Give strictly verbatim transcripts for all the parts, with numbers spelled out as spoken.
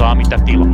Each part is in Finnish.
saa mitä tilaa.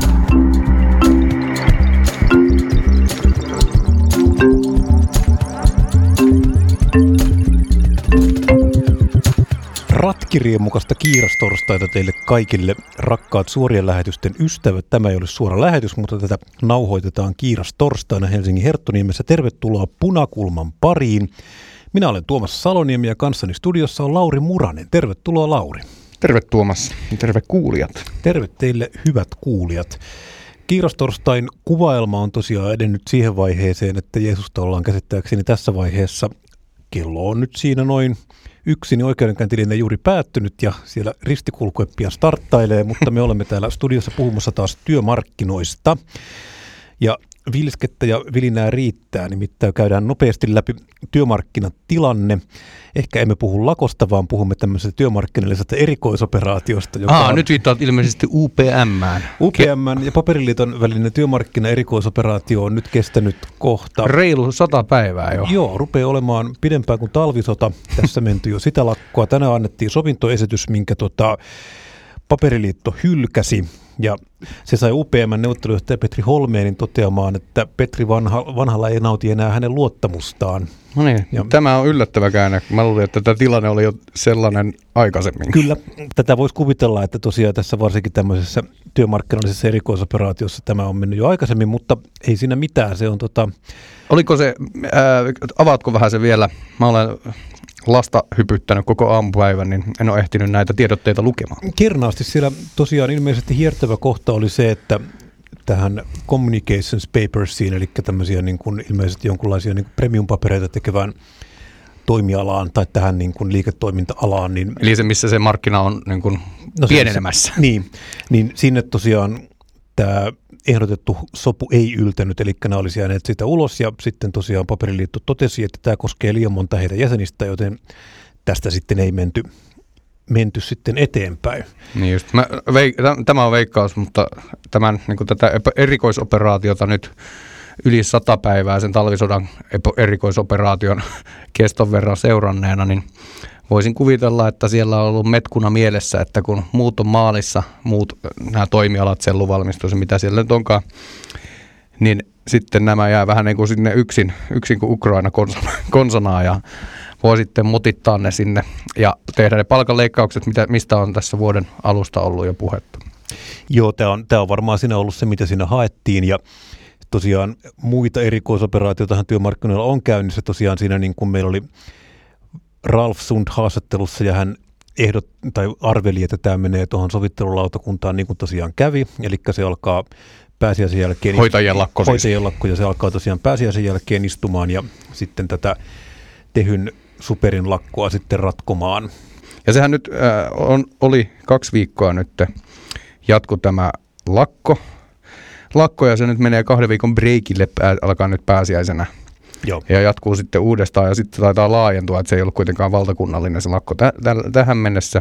Ratkiriemukasta kiirastorstaita teille kaikille, rakkaat suorien lähetysten ystävät. Tämä ei ole suora lähetys, mutta tätä nauhoitetaan kiirastorstaina Helsingin Herttoniemessä. Tervetuloa Punakulman pariin. Minä olen Tuomas Saloniemi ja kanssani studiossa on Lauri Muranen. Tervetuloa, Lauri. Terve Tuomas. Terve kuulijat. Terve teille hyvät kuulijat. Kiirastorstain kuvaelma on tosiaan edennyt siihen vaiheeseen, että Jeesusta ollaan käsittääkseni tässä vaiheessa. Kello on nyt siinä noin yksi, niin oikeudenkäyntilinen juuri päättynyt ja siellä ristikulkue pian starttailee, mutta me olemme täällä studiossa puhumassa taas työmarkkinoista. Ja vilskettä ja vilinää riittää, nimittäin käydään nopeasti läpi työmarkkinatilanne. Ehkä emme puhu lakosta, vaan puhumme tämmöisestä työmarkkinallisesta erikoisoperaatiosta. Joka Aa, on nyt viittaat ilmeisesti U P M:ään. U P M:n ja Paperiliiton välinen työmarkkina-erikoisoperaatio on nyt kestänyt kohta. Reilu sata päivää jo. Joo, rupeaa olemaan pidempään kuin talvisota. Tässä menty jo sitä lakkoa. Tänään annettiin sovintoesitys, minkä tota, Paperiliitto hylkäsi. Ja se sai U P M:n neuvottelujohtaja Petri Holmeenin toteamaan, että Petri Vanha, Vanhalla ei nauti enää hänen luottamustaan. No niin, ja tämä on yllättävä käänne. Mä luulin, että tämä tilanne oli jo sellainen aikaisemmin. Kyllä, tätä voisi kuvitella, että tosiaan tässä varsinkin tämmöisessä työmarkkinallisessa erikoisoperaatiossa tämä on mennyt jo aikaisemmin, mutta ei siinä mitään. Se on tota... Oliko se, ää, avaatko vähän se vielä? Mä olen lasta hypyttänyt koko aamupäivän, niin en ole ehtinyt näitä tiedotteita lukemaan. Kernaasti siellä tosiaan ilmeisesti hiertävä kohta oli se, että tähän communications papersiin, eli tämmöisiä niin kuin ilmeisesti jonkinlaisia niin kuin premium-papereita tekevään toimialaan tai tähän niin kuin liiketoiminta-alaan. Niin, eli se, missä se markkina on niin kuin no pienenemässä. Se, niin, niin sinne tosiaan tämä ehdotettu sopu ei yltänyt, eli nämä olisi jääneet siitä ulos, ja sitten tosiaan Paperiliitto totesi, että tämä koskee liian monta heidän jäsenistä, joten tästä sitten ei menty, menty sitten eteenpäin. Niin just. Mä, veik, tämä on veikkaus, mutta tämän, niin kuin tätä erikoisoperaatiota nyt yli sata päivää sen talvisodan erikoisoperaation keston verran seuranneena, niin voisin kuvitella, että siellä on ollut metkuna mielessä, että kun muut on maalissa, muut nämä toimialat, selluvalmistus ja mitä siellä nyt onkaan, niin sitten nämä jää vähän niin kuin sinne yksin, yksin kuin Ukraina konsanaa ja voi sitten mutittaa ne sinne ja tehdä ne palkanleikkaukset, mitä, mistä on tässä vuoden alusta ollut jo puhetta. Joo, tämä on, tämä on varmaan siinä ollut se, mitä siinä haettiin ja tosiaan muita erikoisoperaatioitahan työmarkkinoilla on käynnissä. Tosiaan siinä niin kuin meillä oli Ralf Sund haastattelussa ja hän ehdot, tai arveli, että tämä menee tuohon sovittelulautakuntaan niin kuin tosiaan kävi. Eli se alkaa pääsiäisen jälkeen. Hoitajien lakko siis. Hoitajien lakko ja se alkaa tosiaan pääsiäisen jälkeen istumaan ja sitten tätä Tehyn superin lakkoa sitten ratkomaan. Ja sehän nyt äh, on, oli kaksi viikkoa nyt jatku tämä lakko. Lakko ja se nyt menee kahden viikon breikille, alkaa nyt pääsiäisenä. Joo. Ja jatkuu sitten uudestaan ja sitten taitaa laajentua, että se ei ollut kuitenkaan valtakunnallinen se lakko tä- tä- tähän mennessä.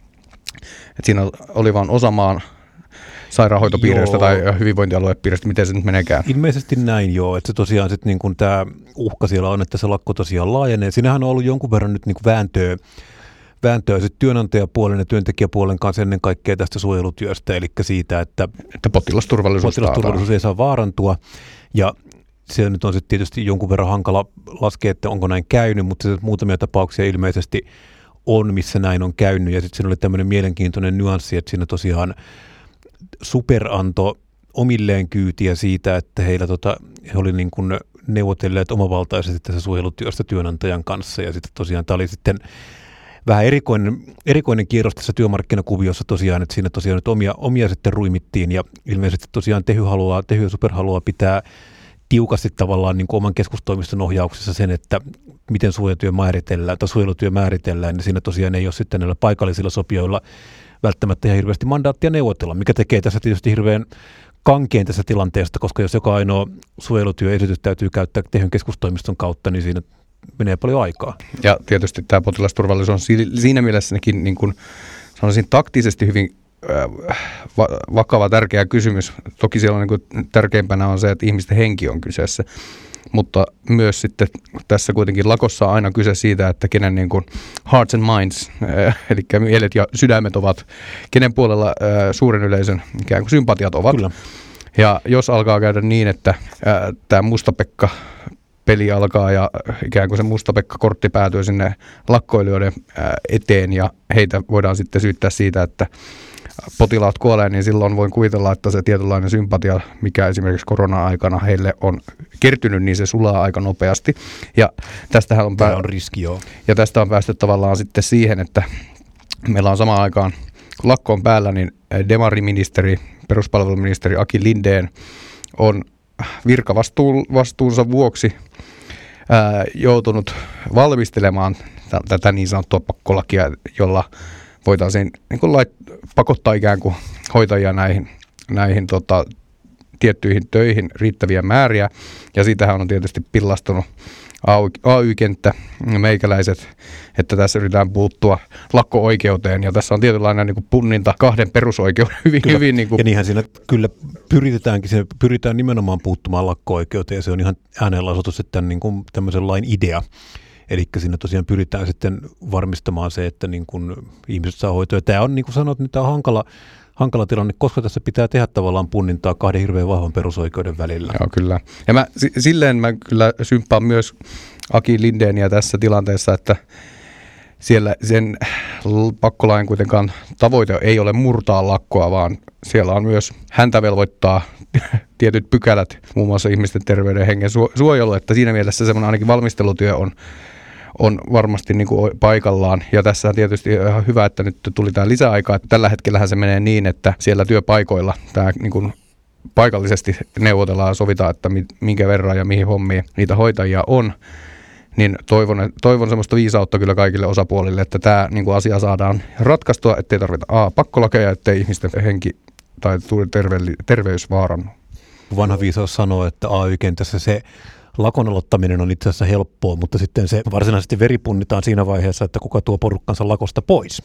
Et siinä oli vain osa maan sairaanhoitopiiristä tai hyvinvointialuepiiristä, miten se nyt meneekään. Ilmeisesti näin joo, että se tosiaan sitten niin kuin tämä uhka siellä on, että se lakko tosiaan laajenee. Siinähän on ollut jonkun verran nyt niin kuin vääntöä, vääntöä sitten työnantajapuolen ja työntekijäpuolen kanssa ennen kaikkea tästä suojelutyöstä, eli siitä, että, että potilasturvallisuus, potilasturvallisuus ei saa vaarantua ja se nyt on sitten tietysti jonkun verran hankala laskea, että onko näin käynyt, mutta se muutamia tapauksia ilmeisesti on, missä näin on käynyt. Ja sitten siinä oli tämmöinen mielenkiintoinen nyanssi, että siinä tosiaan Super antoi omilleen kyytiä siitä, että heillä tota, he oli niin kuin neuvotelleet omavaltaisesti tässä suojelutyöstä työnantajan kanssa. Ja sitten tosiaan tämä oli sitten vähän erikoinen, erikoinen kierros tässä työmarkkinakuviossa tosiaan, että siinä tosiaan nyt omia, omia sitten ruimittiin. Ja ilmeisesti tosiaan Tehy, haluaa, Tehy ja Super haluaa pitää tiukasti tavallaan niin kuin oman keskustoimiston ohjauksessa sen, että miten suojelutyö määritellään, tai suojelutyö määritellään, niin siinä tosiaan ei ole sitten näillä paikallisilla sopijoilla välttämättä ihan hirveästi mandaattia neuvotella, mikä tekee tässä tietysti hirveän kankeen tässä tilanteesta, koska jos joka ainoa suojelutyöesitys täytyy käyttää Tehyn keskustoimiston kautta, niin siinä menee paljon aikaa. Ja tietysti tämä potilasturvallisuus on siinä mielessäkin niin kuin sanoisin taktisesti hyvin vakava, tärkeä kysymys. Toki siellä on niin kuin tärkeimpänä on se, että ihmisten henki on kyseessä. mutta myös sitten tässä kuitenkin lakossa on aina kyse siitä, että kenen niin kuin hearts and minds, äh, eli mielet ja sydämet ovat, kenen puolella äh, suuren yleisön ikään kuin sympatiat ovat. Kyllä. Ja jos alkaa käydä niin, että äh, tämä Musta-Pekka peli alkaa ja ikään kuin se Musta-Pekka-kortti päätyy sinne lakkoilijoiden äh, eteen ja heitä voidaan sitten syyttää siitä, että potilaat kuolee, niin silloin voin kuvitella, että se tietynlainen sympatia, mikä esimerkiksi korona-aikana heille on kertynyt, niin se sulaa aika nopeasti. Ja tästähän on, pää- on riski, joo. Ja tästä on päästy tavallaan sitten siihen, että meillä on samaan aikaan, kun lakko on päällä, niin demariministeri, peruspalveluministeri Aki Lindén on virkavastuunsa vuoksi ää, joutunut valmistelemaan t- tätä niin sanottua pakkolakia, jolla voitaisiin niin kuin lait, pakottaa ikään kuin hoitajia näihin, näihin tota, tiettyihin töihin riittäviä määriä. Ja siitähän on tietysti pillastunut A Y-kenttä, meikäläiset, että tässä yritetään puuttua lakko-oikeuteen. Ja tässä on tietynlainen niin kuin punninta kahden perusoikeuden hyvin. Kyllä. hyvin niin kuin ja niinhän siinä kyllä pyritetäänkin, siinä pyritään nimenomaan puuttumaan lakko-oikeuteen. Ja se on ihan äänenlasoitus, että tämän, niin kuin tämmöisen lain idea. Eli siinä tosiaan pyritään sitten varmistamaan se, että niin kun ihmiset saa hoitoa. Tämä on, niin kuin sanoit, niin tämä on hankala, hankala tilanne, koska tässä pitää tehdä tavallaan punnintaa kahden hirveän vahvan perusoikeuden välillä. Joo, kyllä. Ja mä, silleen mä kyllä symppaan myös Aki Lindéniä tässä tilanteessa, että siellä sen pakkolain kuitenkaan tavoite ei ole murtaa lakkoa, vaan siellä on myös häntä velvoittaa tietyt pykälät, muun muassa ihmisten terveyden ja hengen suojelu, että siinä mielessä semmoinen ainakin valmistelutyö on, on varmasti niin kuin paikallaan. Ja tässä on tietysti ihan hyvä, että nyt tuli tämä lisäaika, että tällä hetkellähän se menee niin, että siellä työpaikoilla tämä niin kuin paikallisesti neuvotellaan ja sovitaan, että minkä verran ja mihin hommiin niitä hoitajia on. Niin toivon, toivon semmoista viisautta kyllä kaikille osapuolille, että tämä niin kuin asia saadaan ratkaistua, ettei tarvita a, pakkolakeja, ettei ihmisten henki tai terve- terveys vaarannu. Vanha viisaus sanoo, että A Y-kentässä se lakon aloittaminen on itse asiassa helppoa, mutta sitten se varsinaisesti veri punnitaan siinä vaiheessa, että kuka tuo porukkansa lakosta pois.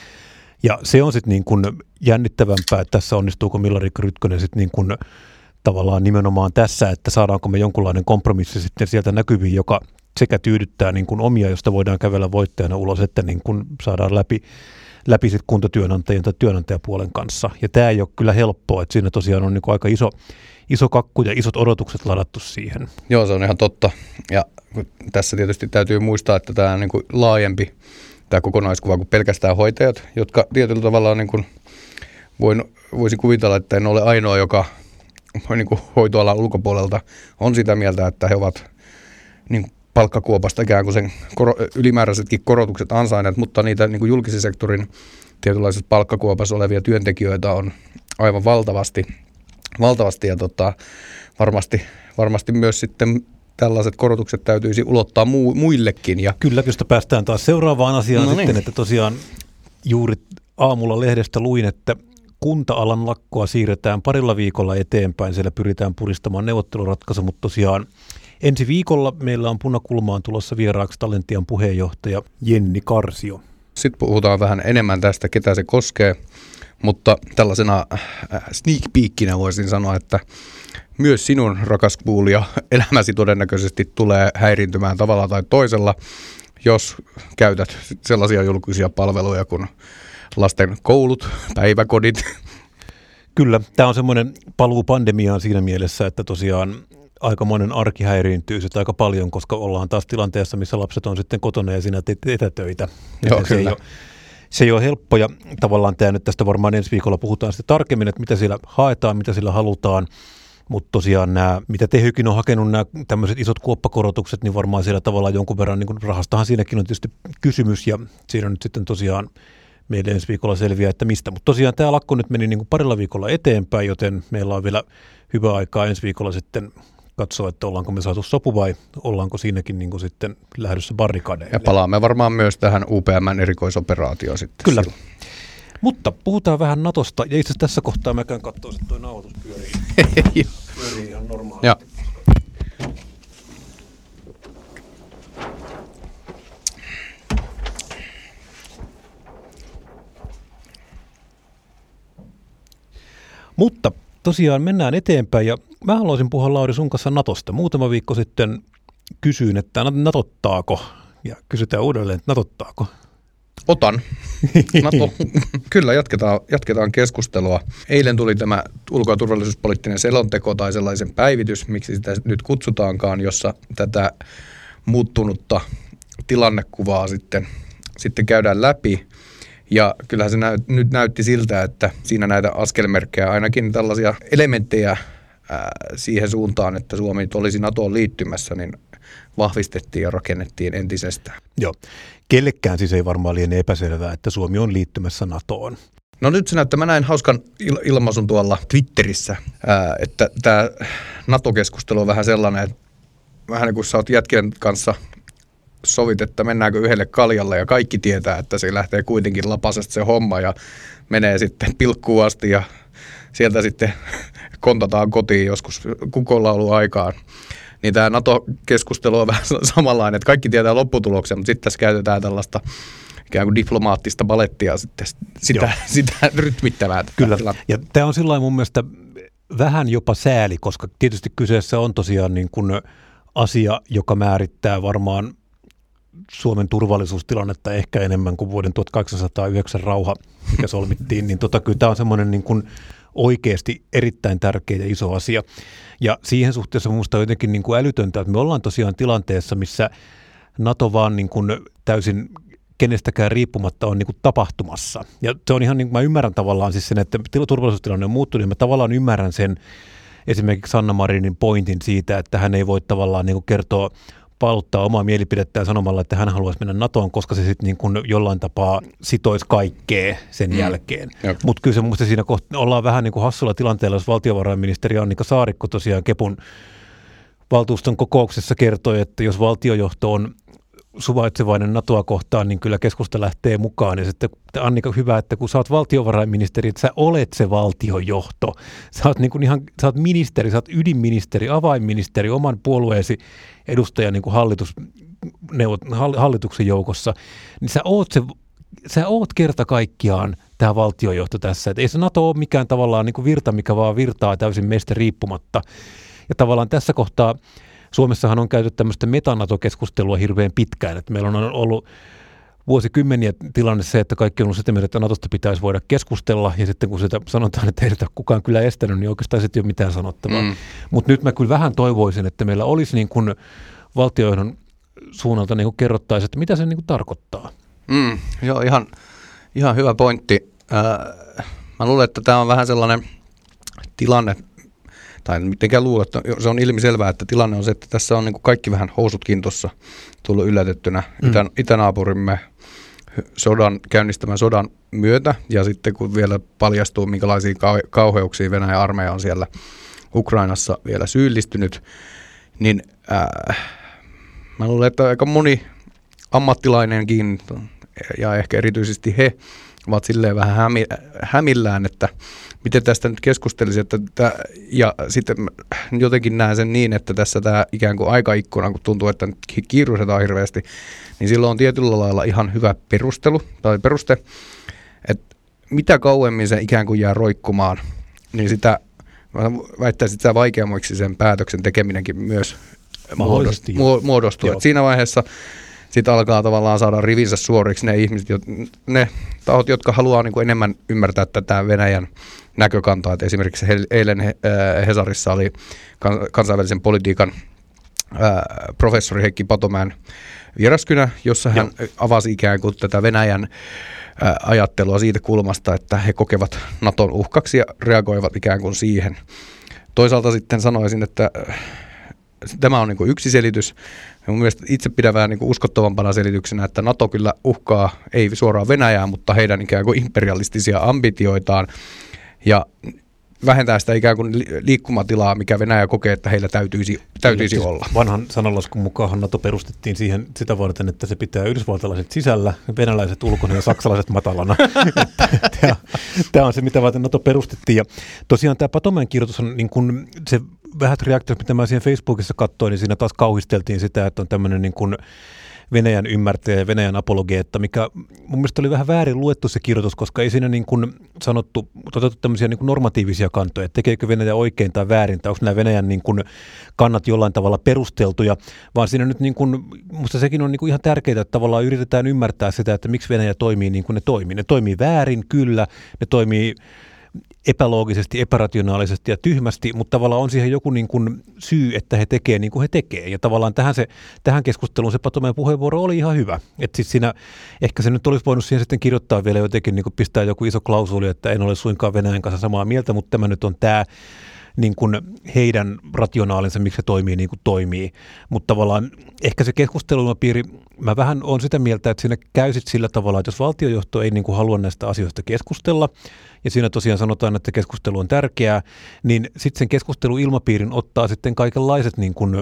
Ja se on sitten niin kuin jännittävämpää, että tässä onnistuuko Milla-Riikka Rytkönen sitten niin kuin tavallaan nimenomaan tässä, että saadaanko me jonkunlainen kompromissi sitten sieltä näkyviin, joka sekä tyydyttää niin kuin omia, josta voidaan kävellä voittajana ulos, että niin kuin saadaan läpi, läpi sit kuntatyönantajien tai työnantajapuolen kanssa. Ja tämä ei ole kyllä helppoa, että siinä tosiaan on niin kuin aika iso, iso kakku ja isot odotukset ladattu siihen. Joo, se on ihan totta. Ja tässä tietysti täytyy muistaa, että tämä on niin kuin laajempi tämä kokonaiskuva kuin pelkästään hoitajat, jotka tietyllä tavalla on niin kuin voin, voisin kuvitella, että en ole ainoa, joka niin kuin hoitoalan ulkopuolelta on sitä mieltä, että he ovat niin palkkakuopasta ikään kuin sen koro, ylimääräisetkin korotukset ansainneet, mutta niitä niin kuin julkisen sektorin tietynlaisessa palkkakuopassa olevia työntekijöitä on aivan valtavasti, valtavasti ja tota, varmasti, varmasti myös sitten tällaiset korotukset täytyisi ulottaa muu, muillekin. Ja kyllä, josta päästään taas seuraavaan asiaan no sitten, niin. Että tosiaan juuri aamulla lehdestä luin, että kunta-alan lakkoa siirretään parilla viikolla eteenpäin, siellä pyritään puristamaan neuvotteluratkaisu, mutta tosiaan ensi viikolla meillä on Punakulmaan tulossa vieraaksi Talentian puheenjohtaja Jenni Karsio. Sitten puhutaan vähän enemmän tästä, ketä se koskee, mutta tällaisena sneak peekinä voisin sanoa, että myös sinun, rakas kuulija, elämäsi todennäköisesti tulee häiriintymään tavalla tai toisella, jos käytät sellaisia julkisia palveluja kuin lasten koulut, päiväkodit. Kyllä, tämä on semmoinen paluu pandemiaan siinä mielessä, että tosiaan aikamoinen arki häiriintyy sitä aika paljon, koska ollaan taas tilanteessa, missä lapset on sitten kotona ja sinä teet etätöitä. Joo, se, ei ole, se ei ole helppo ja tavallaan tämä nyt tästä varmaan ensi viikolla puhutaan sitten tarkemmin, että mitä sillä haetaan, mitä sillä halutaan. Mutta tosiaan nämä, mitä Tehykin on hakenut, nämä tämmöiset isot kuoppakorotukset, niin varmaan siellä tavallaan jonkun verran, niin kuin rahastahan siinäkin on tietysti kysymys ja siinä on nyt sitten tosiaan meille ensi viikolla selviää, että mistä. Mutta tosiaan tämä lakko nyt meni niin kuin parilla viikolla eteenpäin, joten meillä on vielä hyvä aikaa ensi viikolla sitten katsoa, että ollaanko me saatu sopu vai ollaanko siinäkin niin kuin sitten lähdössä barrikadeille. Ja palaamme varmaan myös tähän U P M:n erikoisoperaatioon sitten. Kyllä. Silloin. Mutta puhutaan vähän Natosta, ja itse asiassa tässä kohtaa mä käyn katsoa, että tuo nauhoitus pyörii, pyörii ihan normaalisti. Ja. Mutta tosiaan mennään eteenpäin, ja Mä haluaisin puhua, Lauri, sun kanssa Natosta. Muutama viikko sitten kysyin, että natottaako, ja kysytään uudelleen, että natottaako. Otan. Nato. Kyllä, jatketaan, jatketaan keskustelua. Eilen tuli tämä ulko- ja turvallisuuspoliittinen selonteko tai sellaisen päivitys, miksi sitä nyt kutsutaankaan, jossa tätä muuttunutta tilannekuvaa sitten, sitten käydään läpi. Ja kyllähän se näyt, nyt näytti siltä, että siinä näitä askelmerkkejä, ainakin tällaisia elementtejä ää, siihen suuntaan, että Suomi olisi NATOon liittymässä, niin vahvistettiin ja rakennettiin entisestään. Joo. Kellekään siis ei varmaan liene epäselvää, että Suomi on liittymässä NATOon. No nyt se näyttää, mä näin hauskan il- ilmaisun tuolla Twitterissä, ää, että tämä NATO-keskustelu on vähän sellainen, että vähän niin kuin sä oot jätkien kanssa sovit, että mennäänkö yhdelle kaljalle ja kaikki tietää, että se lähtee kuitenkin lapasesta se homma ja menee sitten pilkkuun asti ja sieltä sitten kontataan kotiin joskus kukonlauluaikaan. Niin tämä NATO-keskustelu on vähän samanlainen, että kaikki tietää lopputuloksen, mutta sitten tässä käytetään tällaista ikään kuin diplomaattista balettia sitten sitä, sitä rytmittävää. Kyllä, ja tämä on sillä mun mielestä vähän jopa sääli, koska tietysti kyseessä on tosiaan niin kuin asia, joka määrittää varmaan Suomen turvallisuustilannetta ehkä enemmän kuin vuoden tuhatkahdeksansataayhdeksän rauha, mikä solmittiin, niin tota, kyllä tämä on semmoinen niin kuin oikeasti erittäin tärkeä ja iso asia. Ja siihen suhteessa minusta on jotenkin niin kuin älytöntä, että me ollaan tosiaan tilanteessa, missä NATO vaan niin kuin täysin kenestäkään riippumatta on niin kuin tapahtumassa. Ja se on ihan niin kuin mä ymmärrän tavallaan siis sen, että turvallisuustilanne on muuttunut, ja mä tavallaan ymmärrän sen esimerkiksi Sanna Marinin pointin siitä, että hän ei voi tavallaan niin kuin kertoa paaluttaa omaa mielipidettään sanomalla, että hän haluaisi mennä NATOon, koska se sitten niin kuin jollain tapaa sitoisi kaikkea sen mm. jälkeen. Mutta kyllä se musta siinä kohta ollaan vähän niin kuin hassulla tilanteella, jos valtiovarainministeri Annika Saarikko tosiaan Kepun valtuuston kokouksessa kertoi, että jos valtiojohto on suvaitsevainen NATOa kohtaan, niin kyllä keskusta lähtee mukaan. Ja sitten Annika, hyvä, että kun sä oot valtiovarainministeri, että sä olet se valtiojohto. Sä oot, niin kuin ihan, sä oot ministeri, sä oot ydinministeri, avainministeri, oman puolueesi edustaja niin kuin hallitus, neuvot, hallituksen joukossa. Niin sä oot, se, sä oot kerta kaikkiaan tämä valtiojohto tässä. Et ei se NATO ole mikään tavallaan niin kuin virta, mikä vaan virtaa täysin meistä riippumatta. Ja tavallaan tässä kohtaa Suomessahan on käyty tämmöistä metanato-keskustelua hirveän pitkään, että meillä on ollut vuosikymmeniä tilanne se, että kaikki on ollut sitä mieltä, että Natosta pitäisi voida keskustella, ja sitten kun sitä sanotaan, että ei sitä kukaan kyllä estänyt, niin oikeastaan sitten ei ole mitään sanottavaa. Mm. Mutta nyt mä kyllä vähän toivoisin, että meillä olisi niin kuin valtiojohdon suunnalta niin kuin kerrottaisiin, että mitä se niin kuin tarkoittaa. Mm, joo, ihan, ihan hyvä pointti. Äh, mä luulen, että tämä on vähän sellainen tilanne, tai mitenkään luulen, että se on ilmiselvää, että tilanne on se, että tässä on niin kuin kaikki vähän housutkin tuossa tullut yllätettynä mm. Itä, itänaapurimme sodan, käynnistämän sodan myötä, ja sitten kun vielä paljastuu, minkälaisia kau- kauheuksia Venäjän armeija on siellä Ukrainassa vielä syyllistynyt, niin äh, mä luulen, että aika moni ammattilainenkin, ja ehkä erityisesti he, ovat silleen vähän hämi, hämillään, että miten tästä nyt keskustelisi, että tämä, ja sitten jotenkin näen sen niin, että tässä tämä ikään kuin aikaikkuna, kun tuntuu, että nyt kiiruisetaan hirveästi, niin silloin on tietyllä lailla ihan hyvä perustelu tai peruste, että mitä kauemmin se ikään kuin jää roikkumaan, niin sitä, väittäisin, että sitä vaikeammaksi sen päätöksen tekeminenkin myös muodostuu. muodostuu. Siinä vaiheessa sitten alkaa tavallaan saada rivinsä suoriksi ne ihmiset, ne tahot, jotka haluaa niin kuin enemmän ymmärtää tätä Venäjän näkökantaa. Et esimerkiksi eilen Hesarissa oli kansainvälisen politiikan professori Heikki Patomäen vieraskynä, jossa hän Joo. avasi ikään kuin tätä Venäjän ajattelua siitä kulmasta, että he kokevat Naton uhkaksi ja reagoivat ikään kuin siihen. Toisaalta sitten sanoisin, että tämä on niin kuin yksi selitys. Mun mielestä itse pidän vähän niin kuin uskottavampana selityksenä, että NATO kyllä uhkaa, ei suoraan Venäjää, mutta heidän ikään kuin imperialistisia ambitioitaan ja vähentää sitä ikään kuin liikkumatilaa, mikä Venäjä kokee, että heillä täytyisi, täytyisi siis olla. Vanhan sananlaskun mukaan NATO perustettiin siihen sitä varten, että se pitää yhdysvaltalaiset sisällä, venäläiset ulkona ja saksalaiset matalana. Tämä on se, mitä varten NATO perustettiin. Ja tosiaan tämä Patomäen kirjoitus on niin kuin se vähät reaktiot, mitä mä siihen Facebookissa katsoin, niin siinä taas kauhisteltiin sitä, että on tämmöinen niin kuin Venäjän ymmärtäjä ja Venäjän apologeetta, mikä mun mielestä oli vähän väärin luettu se kirjoitus, koska ei siinä niin kuin sanottu, otettu tämmöisiä niin kuin normatiivisia kantoja, että tekeekö Venäjä oikein tai väärin, tai onko nämä Venäjän niin kuin kannat jollain tavalla perusteltuja, vaan siinä nyt niin kuin, musta sekin on niin kuin ihan tärkeää, että tavallaan yritetään ymmärtää sitä, että miksi Venäjä toimii niin kuin ne toimii. Ne toimii väärin, kyllä, ne toimii epäloogisesti, epärationaalisesti ja tyhmästi, mutta tavallaan on siihen joku niin kuin syy, että he tekee niin kuin he tekee. Ja tavallaan tähän, se, tähän keskusteluun se Patomäen puheenvuoro oli ihan hyvä. Että siis siinä, ehkä se nyt olisi voinut siihen sitten kirjoittaa vielä jotenkin, niin kuin pistää joku iso klausuli, että en ole suinkaan Venäjän kanssa samaa mieltä, mutta tämä nyt on tämä niin kuin heidän rationaalinsa, miksi se toimii niin kuin toimii. Mutta tavallaan ehkä se keskusteluilmapiiri, mä vähän olen sitä mieltä, että siinä käy sit sillä tavalla, että jos valtiojohto ei niin kuin halua näistä asioista keskustella, ja siinä tosiaan sanotaan, että keskustelu on tärkeää, niin sitten sen keskusteluilmapiirin ottaa sitten kaikenlaiset niin kuin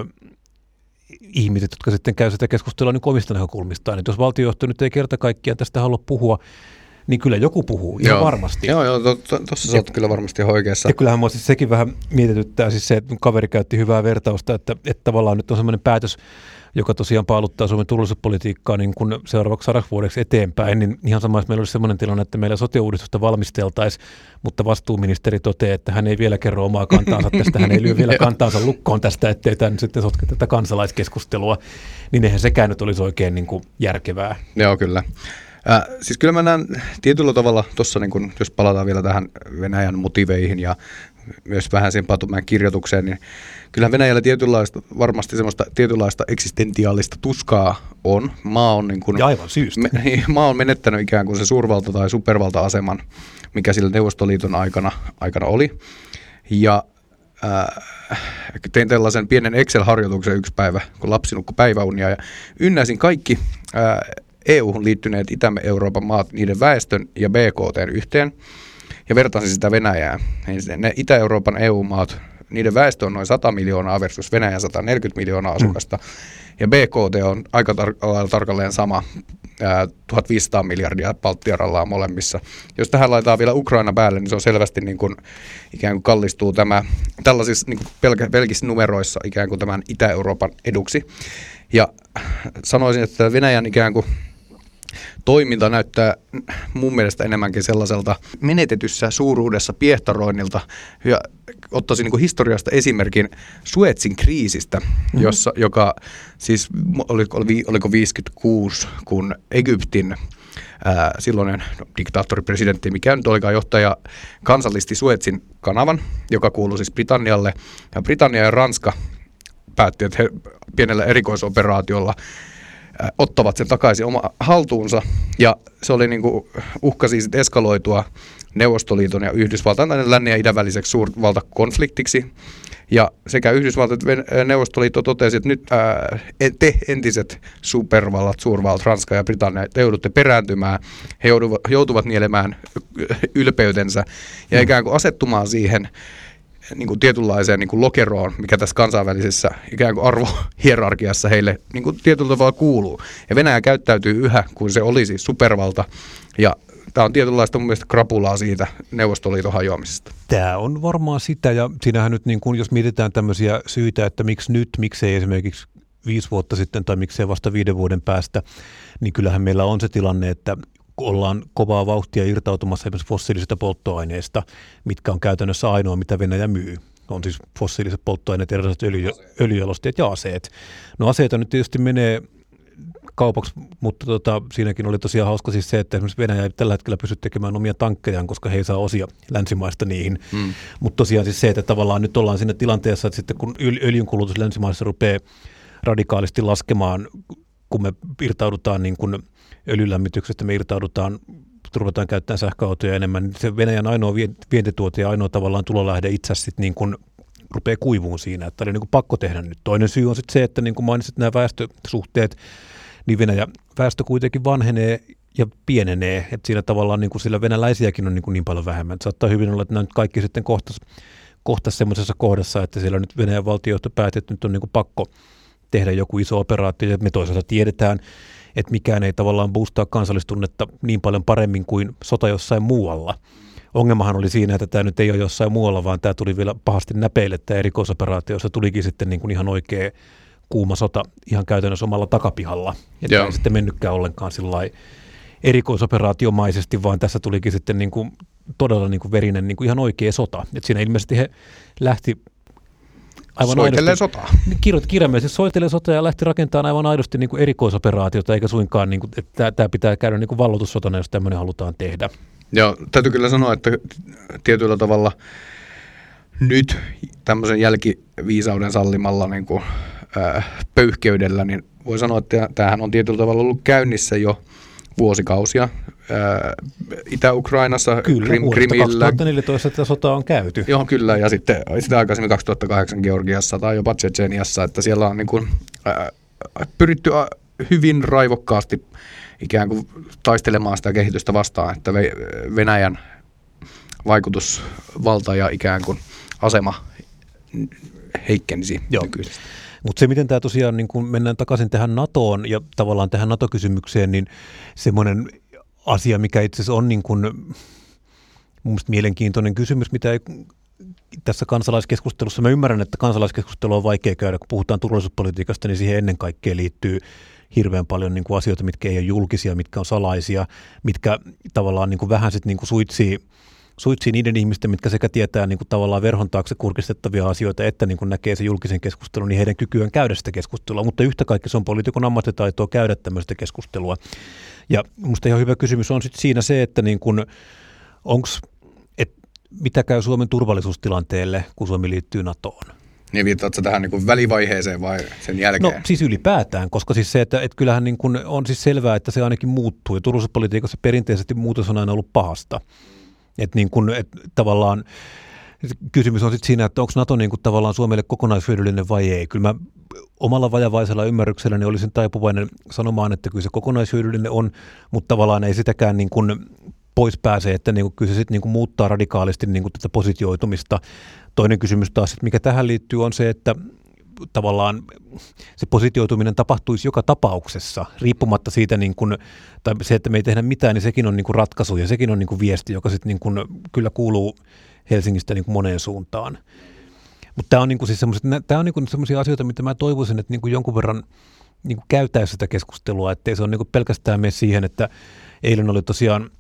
ihmiset, jotka sitten käy sitä keskustelua niin omista näkökulmistaan. Että jos valtiojohto nyt ei kerta kaikkiaan tästä halua puhua, niin kyllä joku puhuu, ihan joo. varmasti. Joo, joo, tuossa to, to, sä oot kyllä varmasti oikeassa. Ja kyllähän mua siis sekin vähän mietityttää, siis se, että kaveri käytti hyvää vertausta, että, että tavallaan nyt on semmoinen päätös, joka tosiaan paaluttaa Suomen turvallisuuspolitiikkaa niin kuin seuraavaksi sadaksi vuodeksi eteenpäin, niin ihan sama, meillä olisi semmoinen tilanne, että meillä sote-uudistusta valmisteltaisiin, mutta vastuuministeri toteaa, että hän ei vielä kerro omaa kantaansa tästä, hän ei lyö vielä kantaansa lukkoon tästä, ettei tämän sitten sotke tätä kansalaiskeskustelua, niin eihän sekään nyt olisi oikein niin kuin järkevää. Joo, kyllä. Äh, siis kyllä mä näen tietyllä tavalla tuossa, niin kun, jos palataan vielä tähän Venäjän motiveihin ja myös vähän siihen Patomäen kirjoitukseen, niin kyllähän Venäjällä tietynlaista, varmasti semmoista tietynlaista eksistentiaalista tuskaa on. Maa on, niin kun, ja aivan syystä. Me, maa on menettänyt ikään kuin se suurvalta- tai supervalta-aseman, mikä sillä Neuvostoliiton aikana, aikana oli. Ja äh, tein tällaisen pienen Excel-harjoituksen yksi päivä, kun lapsi nukkui päiväunia ja ynnäsin kaikki äh, E U-hun liittyneet Itä-Euroopan maat, niiden väestön ja B K T yhteen, ja vertasin sitä Venäjää. Ne Itä-Euroopan E U-maat, niiden väestö on noin sata miljoonaa versus Venäjän sata neljäkymmentä miljoonaa asukasta, mm. ja B K T on aika tar- tarkalleen sama, ää, tuhatviisisataa miljardia Baltiaralla molemmissa. Jos tähän laitetaan vielä Ukraina päälle, niin se on selvästi niin kuin, ikään kuin kallistuu tämä tällaisissa niin kuin pelk- pelkissä numeroissa ikään kuin tämän Itä-Euroopan eduksi. Ja sanoisin, että Venäjän ikään kuin toiminta näyttää mun mielestä enemmänkin sellaiselta menetetyssä suuruudessa piehtaroinnilta. Ja ottaisin niin kuin historiasta esimerkin Suezin kriisistä, mm-hmm. jossa, joka siis oli, oli, oliko viisikymmentäkuusi, kun Egyptin ää, silloinen diktaattoripresidentti, mikä nyt olikaan johtaja, kansallisti Suezin kanavan, joka kuului siis Britannialle. Ja Britannia ja Ranska päätti, että he pienellä erikoisoperaatiolla äh, ottavat sen takaisin oma haltuunsa, ja se oli niin kuin uhkasi sitten eskaloitua Neuvostoliiton ja Yhdysvaltain tai lännen ja idän väliseksi suurvaltakonfliktiksi. Ja sekä Yhdysvallat että Neuvostoliitto totesi, että nyt ää, te entiset supervallat, suurvallat, Ranska ja Britannia, te joudutte perääntymään, he joutuvat, joutuvat nielemään ylpeytensä ja mm. ikään kuin asettumaan siihen niin kuin tietynlaiseen niin kuin lokeroon, mikä tässä kansainvälisessä ikään kuin arvohierarkiassa heille niin kuin tietyllä tavalla kuuluu. Ja Venäjä käyttäytyy yhä, kun se olisi supervalta, ja tämä on tietynlaista mun mielestä krapulaa siitä Neuvostoliiton hajoamisesta. Tämä on varmaan sitä, ja siinähän nyt niin kuin, jos mietitään tämmöisiä syitä, että miksi nyt, miksei esimerkiksi viisi vuotta sitten tai miksei vasta viiden vuoden päästä, niin kyllähän meillä on se tilanne, että ollaan kovaa vauhtia irtautumassa esimerkiksi fossiilisista polttoaineista, mitkä on käytännössä ainoa, mitä Venäjä myy. On siis fossiiliset polttoaineet, erilaiset öljy, öljyjalosteet ja aseet. No aseita nyt tietysti menee kaupaksi, mutta tota, siinäkin oli tosiaan hauska siis se, että esimerkiksi Venäjä ei tällä hetkellä pysty tekemään omia tankkejaan, koska he ei saa osia länsimaista niihin. Mm. Mutta tosiaan siis se, että tavallaan nyt ollaan siinä tilanteessa, että sitten kun öljyn kulutus länsimaissa rupeaa radikaalisti laskemaan, kun me irtaudutaan niin kuin öljylämmityksestä, me irtaudutaan, ruvetaan käyttämään sähköautoja enemmän, niin se Venäjän ainoa vientituote ja ainoa tavallaan tulolähde itse asiassa niin kuin rupeaa kuivuun siinä, että oli niin kuin pakko tehdä nyt. Toinen syy on sitten se, että niin kuin mainitsit nämä väestösuhteet, niin Venäjä väestö kuitenkin vanhenee ja pienenee, että siinä tavallaan niin kuin sillä venäläisiäkin on niin, kuin niin paljon vähemmän. Että saattaa hyvin olla, että nämä nyt kaikki sitten kohtas, kohtas semmoisessa kohdassa, että siellä nyt Venäjän valtiojohto päätti, että nyt on niin kuin pakko tehdä joku iso operaatio, ja me toisaalta tiedetään, että mikään ei tavallaan boostaa kansallistunnetta niin paljon paremmin kuin sota jossain muualla. Ongelmahan oli siinä, että tämä nyt ei ole jossain muualla, vaan tämä tuli vielä pahasti näpeille, tämä erikoisoperaatio, jossa tulikin sitten niin kuin ihan oikea kuuma sota ihan käytännössä omalla takapihalla. Että ei sitten mennytkään ollenkaan sillai erikoisoperaatiomaisesti, vaan tässä tulikin sitten niin kuin todella niin kuin verinen niin kuin ihan oikea sota. Et siinä ilmeisesti he lähti aivan soitelee sotaa. Kirjaimellisesti soitelee sotaa ja lähti rakentamaan aivan aidosti niin kuin erikoisoperaatiota, eikä suinkaan, niin kuin, että tämä pitää käydä niin kuin valloitussotana, jos tämmöinen halutaan tehdä. Joo, täytyy kyllä sanoa, että tietyllä tavalla nyt tämmöisen jälkiviisauden sallimalla niin kuin, äh, pöyhkeydellä, niin voi sanoa, että tämähän on tietyllä tavalla ollut käynnissä jo vuosikausia. Äh, Itä-Ukrainassa, kyllä, Krim, vuodesta Krimillä. kaksituhattaneljätoista tätä sotaa on käyty. Joo, kyllä, ja sitten, sitten aikaisemmin kaksituhattakahdeksan Georgiassa tai jopa Tšetšeniassa, että siellä on niin kuin, äh, pyritty äh, hyvin raivokkaasti ikään kuin taistelemaan sitä kehitystä vastaan, että Venäjän vaikutusvalta ja ikään kuin asema heikkenisi nykyisesti. Mutta se, miten tämä tosiaan, niin kun mennään takaisin tähän NATOon ja tavallaan tähän NATO-kysymykseen, niin semmoinen asia, mikä itse asiassa on niin kun, mun mielestä mielenkiintoinen kysymys, mitä ei tässä kansalaiskeskustelussa, mä ymmärrän, että kansalaiskeskustelu on vaikea käydä, kun puhutaan turvallisuuspolitiikasta, niin siihen ennen kaikkea liittyy hirveän paljon niin kuin asioita, mitkä ei ole julkisia, mitkä on salaisia, mitkä tavallaan niin kuin vähän sitten niin kuin suitsii, suitsii niiden ihmisten, mitkä sekä tietää niin kuin tavallaan verhon taakse kurkistettavia asioita, että niin kuin näkee se julkisen keskustelun, niin heidän kykyään käydä sitä keskustelua. Mutta yhtä kaikki se on poliitikon ammattitaitoa käydä tämmöistä keskustelua. Ja musta ihan hyvä kysymys on sitten siinä se, että niin kuin, onks, et mitä käy Suomen turvallisuustilanteelle, kun Suomi liittyy NATOon? Niin viittaatko tähän niin kuin välivaiheeseen vai sen jälkeen? No siis ylipäätään, koska siis se, että, että kyllähän niin kuin on siis selvää, että se ainakin muuttuu. Ja turvallisuuspolitiikassa perinteisesti muutos on aina ollut pahasta. Että niin kuin, että tavallaan kysymys on sitten siinä, että onko NATO niin kuin tavallaan Suomelle kokonaishyödyllinen vai ei. Kyllä mä omalla vajavaisella ymmärrykselläni olisin taipuvainen sanomaan, että kyllä se kokonaishyödyllinen on, mutta tavallaan ei sitäkään niin kuin pois pääse, että niin kuin kyllä se sitten niin kuin muuttaa radikaalisti niin kuin tätä positioitumista. Toinen kysymys taas, että mikä tähän liittyy, on se, että tavallaan se positioituminen tapahtuisi joka tapauksessa, riippumatta siitä, niin kuin, tai se, että me ei tehdä mitään, niin sekin on niin kuin ratkaisu ja sekin on niin kuin viesti, joka sitten niin kuin kyllä kuuluu Helsingistä niin kuin moneen suuntaan. Mutta tämä on, niin kuin siis tämä on niin kuin sellaisia asioita, mitä mä toivoisin, että niin kuin jonkun verran niin kuin käytäisiin sitä keskustelua, ettei se ole niin kuin pelkästään mene siihen, että eilen oli tosiaan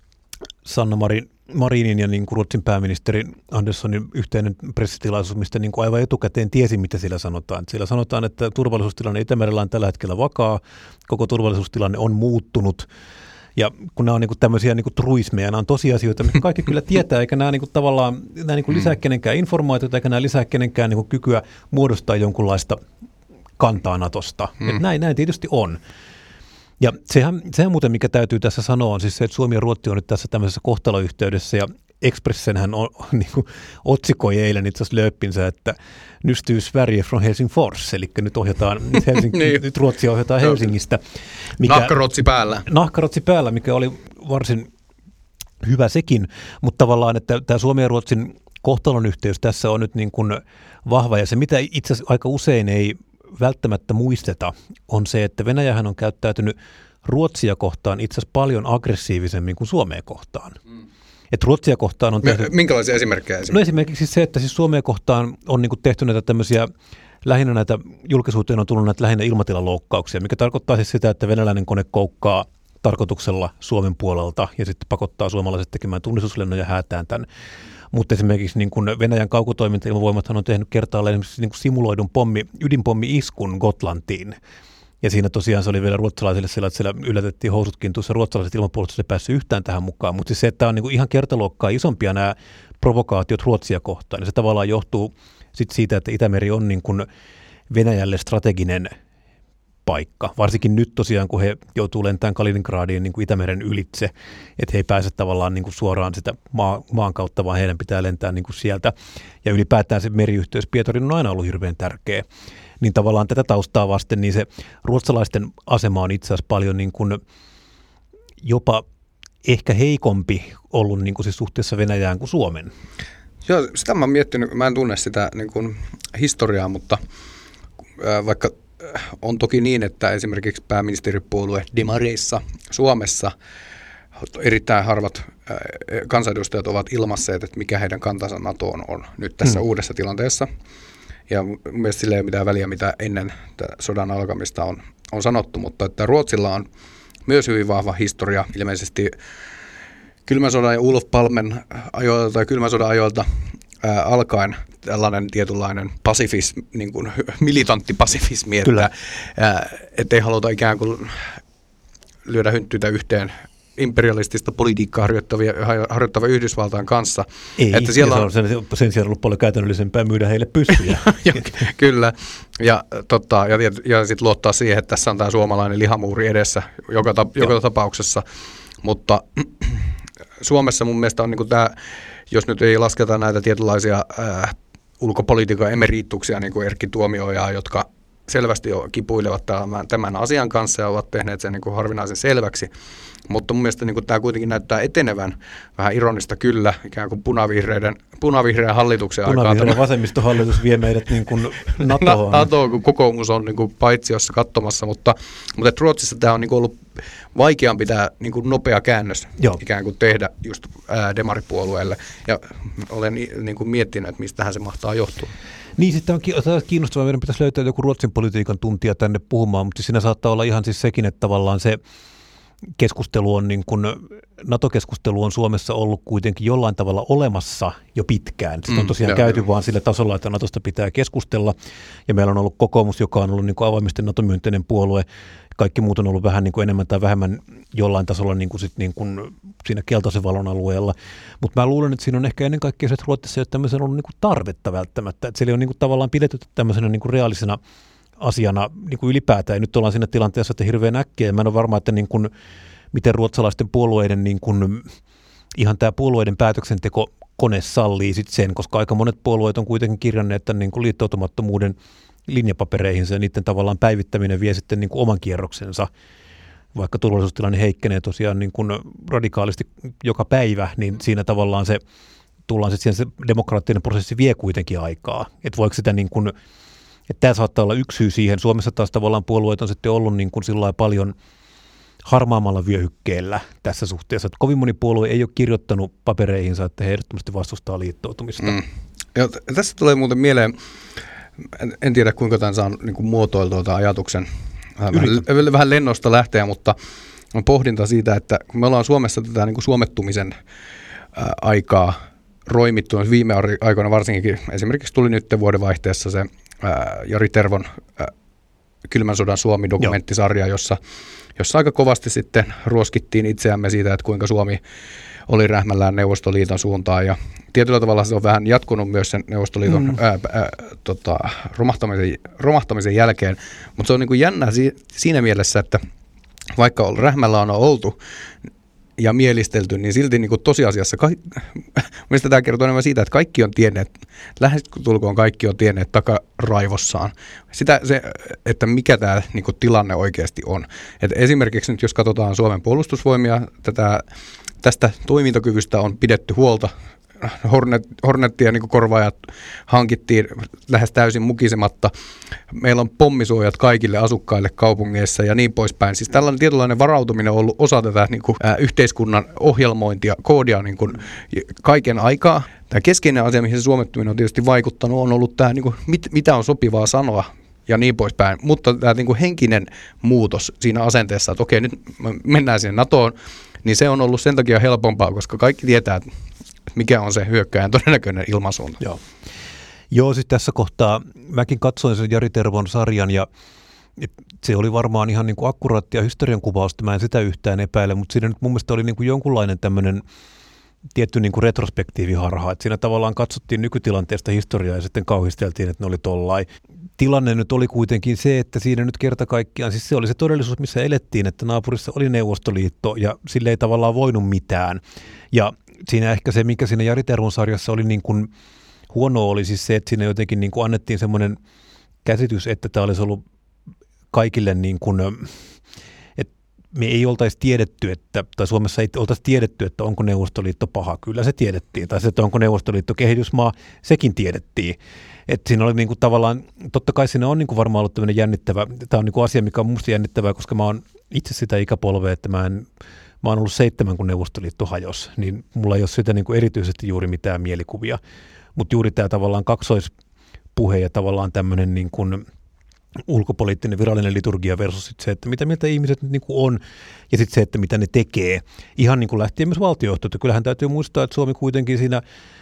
Sanna Marin, Marinin ja niin kuin Ruotsin pääministeri Anderssonin yhteinen pressitilaisuus, mistä niin kuin aivan etukäteen tiesi, mitä siellä sanotaan. Siellä sanotaan, että turvallisuustilanne Itämerellä on tällä hetkellä vakaa, koko turvallisuustilanne on muuttunut. Ja kun nämä on niin kuin tämmöisiä niin kuin truismeja, nämä on tosiasioita, mitkä kaikki kyllä tietää, eikä nämä niin kuin tavallaan nämä niin kuin lisää kenenkään informaatiota, eikä nämä lisää kenenkään niin kuin kykyä muodostaa jonkunlaista kantaa NATOsta. Mm. Että näin, näin tietysti on. Ja sehän, sehän muuten, mikä täytyy tässä sanoa, on siis se, että Suomi ja Ruotsi on nyt tässä tämmöisessä kohtaloyhteydessä, ja Expressenhän on, niin kuin, otsikoi eilen itse asiassa lööppinsä, että nyt styr Sverige från Helsingfors, eli nyt ohjataan, nyt, Helsinki, niin. nyt Ruotsia ohjataan Helsingistä. Mikä, nahkarotsi päällä. Nahkarotsi päällä, mikä oli varsin hyvä sekin, mutta tavallaan, että tämä Suomen ja Ruotsin kohtalonyhteys tässä on nyt niin kuin vahva, ja se mitä itse asiassa aika usein ei välttämättä muisteta, on se, että Venäjähän on käyttäytynyt Ruotsia kohtaan itse asiassa paljon aggressiivisemmin kuin Suomea kohtaan. Mm. Että Ruotsia kohtaan on tehty... Minkälaisia esimerkkejä? No esimerkiksi se, että siis Suomea kohtaan on niin kuin tehty näitä tämmöisiä, lähinnä näitä, julkisuuteen on tullut näitä lähinnä ilmatilaloukkauksia, mikä tarkoittaa siis sitä, että venäläinen kone koukkaa tarkoituksella Suomen puolelta ja sitten pakottaa suomalaiset tekemään tunnistuslennon ja häätään tämän. Mutta esimerkiksi niin kuin Venäjän kaukotoimintailmavoimathan on tehnyt kertaalleen esimerkiksi niin kuin simuloidun pommi, ydinpommi-iskun Gotlantiin. Ja siinä tosiaan se oli vielä ruotsalaisille sillä, että siellä yllätettiin housutkin tuossa, ruotsalaiset ilmapuolustukset ei päässyt yhtään tähän mukaan. Mutta siis se, että tämä on niin kuin ihan kertaluokkaa isompia nämä provokaatiot Ruotsia kohtaan, niin se tavallaan johtuu sit siitä, että Itämeri on niin kuin Venäjälle strateginen paikka. Varsinkin nyt tosiaan, kun he joutuu lentämään Kaliningradiin niin kuin Itämeren ylitse, että he ei pääse tavallaan niin kuin suoraan sitä maa, maan kautta, vaan heidän pitää lentää niin kuin sieltä. Ja ylipäätään se meriyhteys Pietarin on aina ollut hirveän tärkeä. Niin tavallaan tätä taustaa vasten, niin se ruotsalaisten asema on itse asiassa paljon niin kuin jopa ehkä heikompi ollut niin kuin siis suhteessa Venäjään kuin Suomen. Joo, sitä mä oon miettinyt, mä en tunne sitä niin kuin historiaa, mutta äh, vaikka on toki niin, että esimerkiksi pääministeripuolue Demareissa Suomessa erittäin harvat kansanedustajat ovat ilmaisseet, että mikä heidän kantansa NATOon on nyt tässä hmm. uudessa tilanteessa. Ja mun mielestä sillä ei ole mitään väliä, mitä ennen sodan alkamista on, on sanottu, mutta että Ruotsilla on myös hyvin vahva historia, ilmeisesti kylmän sodan ja Olof Palmen ajoilta tai kylmän sodan ajoilta ää, alkaen tällainen tietynlainen pasifismi, niin kuin militantti pasifismi, että ää, ettei haluta ikään kuin lyödä hynttyitä yhteen imperialistista politiikkaa harjoittavia, harjoittavia Yhdysvaltain kanssa. Ei, että siellä on sen, sen sijaan ollut paljon käytännöllisempää myydä heille pyssyjä. Kyllä, ja, tota, ja, ja sitten luottaa siihen, että tässä on tämä suomalainen lihamuuri edessä joka, ta, joka tapauksessa, mutta Suomessa mun mielestä on niin tämä, jos nyt ei lasketa näitä tietynlaisia äh, ulkopolitiikan emerituksia, niin kuin Erkki Tuomioja, jotka selvästi jo kipuilevat tämän, tämän asian kanssa ja ovat tehneet sen niin kuin harvinaisen selväksi. Mutta mun mielestä niin kuin tämä kuitenkin näyttää etenevän vähän ironista kyllä, ikään kuin punavihreiden, punavihreän hallituksen aikaa. Punavihreän vasemmistohallitus vie meidät niin kuin NATOon. NATOon, kun kokoomus on niin kuin paitsiossa katsomassa, mutta, mutta Ruotsissa tämä on niin kuin ollut vaikeampi tämä niin kuin nopea käännös Joo. ikään kuin tehdä just ää, demaripuolueelle. Ja olen niin kuin miettinyt, että mistähän se mahtaa johtua. Niin, sitten on kiinnostavaa, meidän pitäisi löytää joku Ruotsin politiikan tuntija tänne puhumaan, mutta siinä saattaa olla ihan siis sekin, että tavallaan se keskustelu on niin kuin, NATO-keskustelu on Suomessa ollut kuitenkin jollain tavalla olemassa jo pitkään. Sitä on tosiaan mm, käyty joo. vaan sillä tasolla, että NATOsta pitää keskustella, ja meillä on ollut kokoomus, joka on ollut niin kuin avoimesti NATO-myönteinen puolue. Kaikki muut on ollut vähän niin kuin enemmän tai vähemmän jollain tasolla niin kuin sit niin kuin siinä keltaisen valon alueella. Mutta mä luulen, että siinä on ehkä ennen kaikkea se, että Ruotsissa ei ole tämmöisen ollut niin kuin tarvetta välttämättä. Että siellä on niin kuin tavallaan pidetty tämmöisenä niin kuin reaalisena asiana niin kuin ylipäätään. Ja nyt ollaan siinä tilanteessa, että hirveän äkkiä. Mä en ole varma, että niin kuin, miten ruotsalaisten puolueiden, niin kuin, ihan tämä puolueiden päätöksenteko kone sallii sit sen, koska aika monet puolueet on kuitenkin kirjanneet tämän niin kuin liittoutumattomuuden linjapapereihinsa ja niiden tavallaan päivittäminen vie sitten niin kuin oman kierroksensa. Vaikka turvallisuustilanne heikkenee tosiaan niin kuin radikaalisti joka päivä, niin siinä tavallaan se tullaan sitten siihen, se demokraattinen prosessi vie kuitenkin aikaa. Että voiko sitä niin kuin, että tämä saattaa olla yksi syy siihen. Suomessa taas tavallaan puolueet on sitten ollut niin kuin sillä paljon harmaamalla vyöhykkeellä tässä suhteessa. Että kovin moni puolue ei ole kirjoittanut papereihinsa, että he ehdottomasti vastustaa liittoutumista. Mm. Ja tässä tulee muuten mieleen, en, en tiedä kuinka tämän saan niin kuin muotoiltua tämän ajatuksen vähän, vähän lennosta lähteä, mutta on pohdinta siitä, että kun me ollaan Suomessa tätä niin kuin suomettumisen ää, aikaa roimittu, viime aikoina varsinkin, esimerkiksi tuli nyt vuodenvaihteessa se ää, Jari Tervon ää, Kylmän sodan Suomi-dokumenttisarja, jossa, jossa aika kovasti sitten ruoskittiin itseämme siitä, että kuinka Suomi oli rähmällään Neuvostoliiton suuntaan, ja tietyllä tavalla se on vähän jatkunut myös sen Neuvostoliiton mm. ää, ää, tota, romahtamisen, romahtamisen jälkeen, mutta se on niin kuin jännä si- siinä mielessä, että vaikka rähmällä on oltu ja mielistelty, niin silti niin kuin tosiasiassa, ka- mielestäni tämä kertoo enemmän siitä, että kaikki on tienneet, lähes tulkoon kaikki on tienneet takaraivossaan sitä, se, että mikä tämä niin kuin tilanne oikeasti on. Et esimerkiksi nyt jos katsotaan Suomen puolustusvoimia, tätä, tästä toimintakyvystä on pidetty huolta. Hornet, Hornettia niin kuin korvaajat hankittiin lähes täysin mukisematta. Meillä on pommisuojat kaikille asukkaille kaupungeissa ja niin poispäin. Siis tällainen tietynlainen varautuminen on ollut osa tätä niin kuin, ä, yhteiskunnan ohjelmointia, koodia niin kuin, kaiken aikaa. Tämä keskeinen asia, mihin se suomettuminen on tietysti vaikuttanut, on ollut tämä, niin kuin, mit, mitä on sopivaa sanoa ja niin poispäin. Mutta tämä niin kuin henkinen muutos siinä asenteessa, että okei, nyt mennään sinne NATOon, niin se on ollut sen takia helpompaa, koska kaikki tietää, että mikä on se hyökkääjän todennäköinen ilmansuunta. Joo. Joo, siis tässä kohtaa mäkin katsoin sen Jari Tervon sarjan ja se oli varmaan ihan niin kuin akkuraattia historiankuvausta, mä en sitä yhtään epäile, mutta siinä nyt mun mielestä oli niin kuin jonkunlainen tämmöinen tietty niin kuin retrospektiiviharha, että siinä tavallaan katsottiin nykytilanteesta historiaa ja sitten kauhisteltiin, että ne oli tollain. Tilanne nyt oli kuitenkin se, että siinä nyt kerta kaikkiaan, siis se oli se todellisuus, missä elettiin, että naapurissa oli Neuvostoliitto ja sille ei tavallaan voinut mitään. Ja siinä ehkä se, mikä siinä Jari Tervon sarjassa oli niin kuin huono, oli siis se, että siinä jotenkin niin kuin annettiin semmoinen käsitys, että tämä olisi ollut kaikille niin kuin, että me ei oltaisi tiedetty, että, tai Suomessa ei oltaisi tiedetty, että onko Neuvostoliitto paha. Kyllä se tiedettiin. Tai se, että onko Neuvostoliitto kehitysmaa, sekin tiedettiin. Että siinä oli niin kuin tavallaan, totta kai siinä on niin kuin varmaan ollut tämmöinen jännittävä, tämä on niin kuin asia, mikä on musta jännittävää, koska mä oon itse sitä ikäpolvea, että mä en, mä oon ollut seitsemän, kun Neuvostoliitto hajosi, niin mulla ei ole sitä niin kuin erityisesti juuri mitään mielikuvia. Mutta juuri tämä tavallaan kaksois puhe ja tavallaan tämmöinen niin kuin ulkopoliittinen virallinen liturgia versus sit se, että mitä mieltä ihmiset nyt niin kuin on ja sitten se, että mitä ne tekee. Ihan niin kuin lähtien myös valtiojohtoa. Kyllähän täytyy muistaa, että Suomi kuitenkin siinä,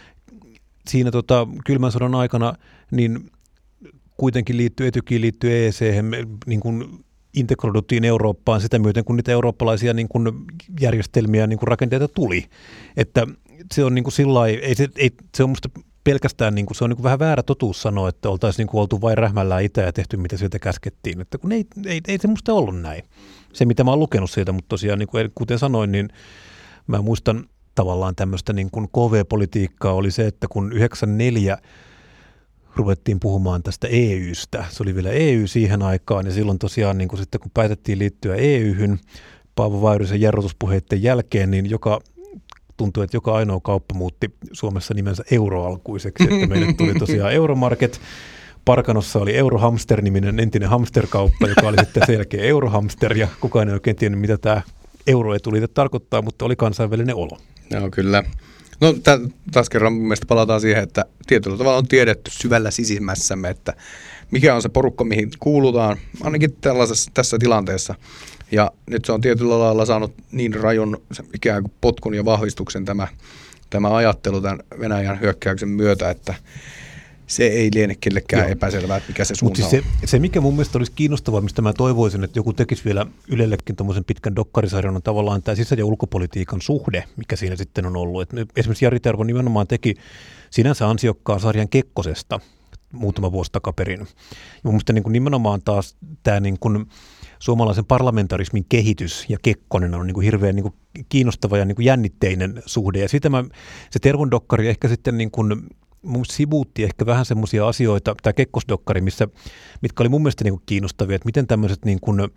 siinä tota, kylmän sodan aikana niin kuitenkin liittyy Etykiin, liittyy E E C:hen, niin kuin integroiduttiin Eurooppaan sitä myöten, kun niitä eurooppalaisia niin kuin järjestelmiä, niin kuin rakenteita tuli. Että se on niin kuin sillai, ei se, ei, se on musta pelkästään, niin kuin, se on niin kuin vähän väärä totuus sanoa, että oltaisiin niin kuin oltu vain rähmällään itä ja tehty, mitä sieltä käskettiin. Että kun ei, ei, ei se musta ollut näin. Se, mitä mä oon lukenut siitä, mutta tosiaan, niin kuin, kuten sanoin, niin mä muistan tavallaan tämmöistä niin kuin K V-politiikkaa oli se, että kun yhdeksänkymmentäneljä ruvettiin puhumaan tästä E Y:stä. Se oli vielä E Y siihen aikaan ja silloin tosiaan niin kun sitten kun päätettiin liittyä E Y:hyn Paavo Väyrysen jarrutuspuheiden jälkeen, niin joka tuntui, että joka ainoa kauppa muutti Suomessa nimensä euroalkuiseksi, että meille tuli tosiaan Euromarket. Parkanossa oli Eurohamster-niminen entinen hamsterkauppa, joka oli sitten selkeä Eurohamster ja kukaan ei oikein tiennyt, mitä tämä euroetuliite tarkoittaa, mutta oli kansainvälinen olo. Joo, kyllä. No t- taas kerran mun mielestä palataan siihen, että tietyllä tavalla on tiedetty syvällä sisimmässämme, että mikä on se porukka, mihin kuulutaan, ainakin tällaisessa tässä tilanteessa. Ja nyt se on tietyllä lailla saanut niin rajun ikään kuin potkun ja vahvistuksen tämä, tämä ajattelu tämän Venäjän hyökkäyksen myötä, että se ei liene kellekään Joo. epäselvää, että mikä se suunta siis se, se, mikä mun mielestä olisi kiinnostavaa, mistä mä toivoisin, että joku tekisi vielä Ylellekin tuommoisen pitkän dokkarisarjan, on tavallaan tämä sisä- ja ulkopolitiikan suhde, mikä siinä sitten on ollut. Et esimerkiksi Jari Tervo nimenomaan teki sinänsä ansiokkaan sarjan Kekkosesta muutama vuosi takaperin. Ja mun mielestä niin kuin nimenomaan taas tämä niin kuin suomalaisen parlamentarismin kehitys ja Kekkonen on niin kuin hirveän niin kuin kiinnostava ja niin kuin jännitteinen suhde. Ja siitä mä, se Tervon dokkari ehkä sitten niin kuin mun sivuutti ehkä vähän semmoisia asioita, tämä Kekkosdokkari, missä, mitkä oli mun mielestä niin kuin kiinnostavia, että miten tämmöiset niin kuin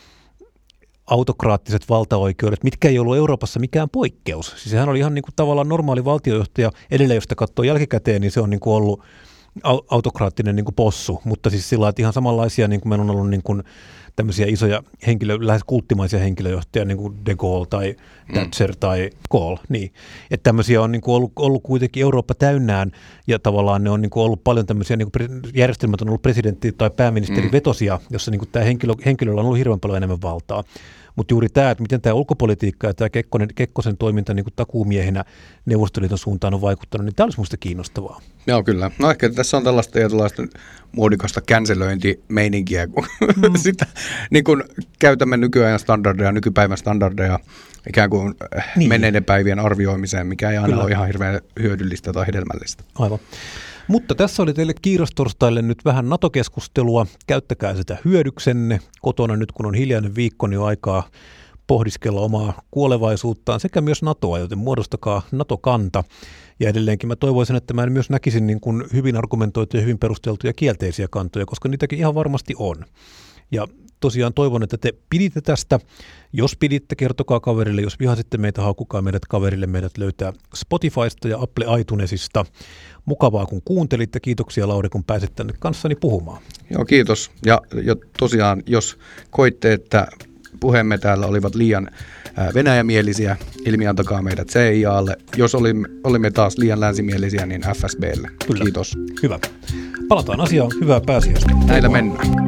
autokraattiset valtaoikeudet, mitkä ei ollut Euroopassa mikään poikkeus. Siis sehän oli ihan niin kuin tavallaan normaali valtiojohtaja, edelleen jos sitä katsoo jälkikäteen, niin se on niin kuin ollut autokraattinen niin kuin possu, mutta siis sillä lailla, että ihan samanlaisia, niin kuin meillä on ollut niin kuin tämmöisiä isoja henkilö, lähes kulttimaisia henkilöjohtajia, niin kuin de Gaulle tai Thatcher mm. tai Kohl. Niin. Että tämmöisiä on niin kuin ollut, ollut kuitenkin Eurooppa täynnään, ja tavallaan ne on niin kuin ollut paljon tämmöisiä, niin kuin järjestelmät on ollut presidentti- tai pääministerivetosia, mm. jossa niin kuin tämä henkilö, henkilöllä on ollut hirveän paljon enemmän valtaa. Mutta juuri tämä, että miten tämä ulkopolitiikka ja tämä Kekkonen, Kekkosen toiminta niin kuin takuumiehenä Neuvostoliiton suuntaan on vaikuttanut, niin tämä olisi minusta kiinnostavaa. Joo, kyllä. No ehkä tässä on tällaista tietynlaista muodikasta känselöintimeininkiä, kun mm. sitä niin kun käytämme nykyajan standardeja, nykypäivän standardeja ikään kuin niin. menneiden päivien arvioimiseen, mikä ei aina kyllä. ole ihan hirveän hyödyllistä tai hedelmällistä. Aivan. Mutta tässä oli teille kiirastorstaille nyt vähän NATO-keskustelua. Käyttäkää sitä hyödyksenne. Kotona nyt kun on hiljainen viikko, niin on aikaa pohdiskella omaa kuolevaisuuttaan sekä myös NATOa, joten muodostakaa NATO-kanta. Ja edelleenkin mä toivoisin, että mä myös näkisin niin kuin hyvin argumentoituja, hyvin perusteltuja kielteisiä kantoja, koska niitäkin ihan varmasti on. Ja tosiaan toivon, että te piditte tästä. Jos piditte, kertokaa kaverille. Jos vihasitte meitä, haukukaa meidät kaverille. Meidät löytää Spotifysta ja Apple iTunesista. Mukavaa, kun kuuntelitte. Kiitoksia, Lauri, kun pääsit tänne kanssani puhumaan. Joo, kiitos. Ja, ja tosiaan, jos koitte, että puheemme täällä olivat liian venäjämielisiä, ilmiantakaa meidät C I A:lle. Jos olimme, olimme taas liian länsimielisiä, niin F S B:lle. Kyllä. Kiitos. Hyvä. Palataan asiaan. Hyvää pääsiäistä. Näillä mennään.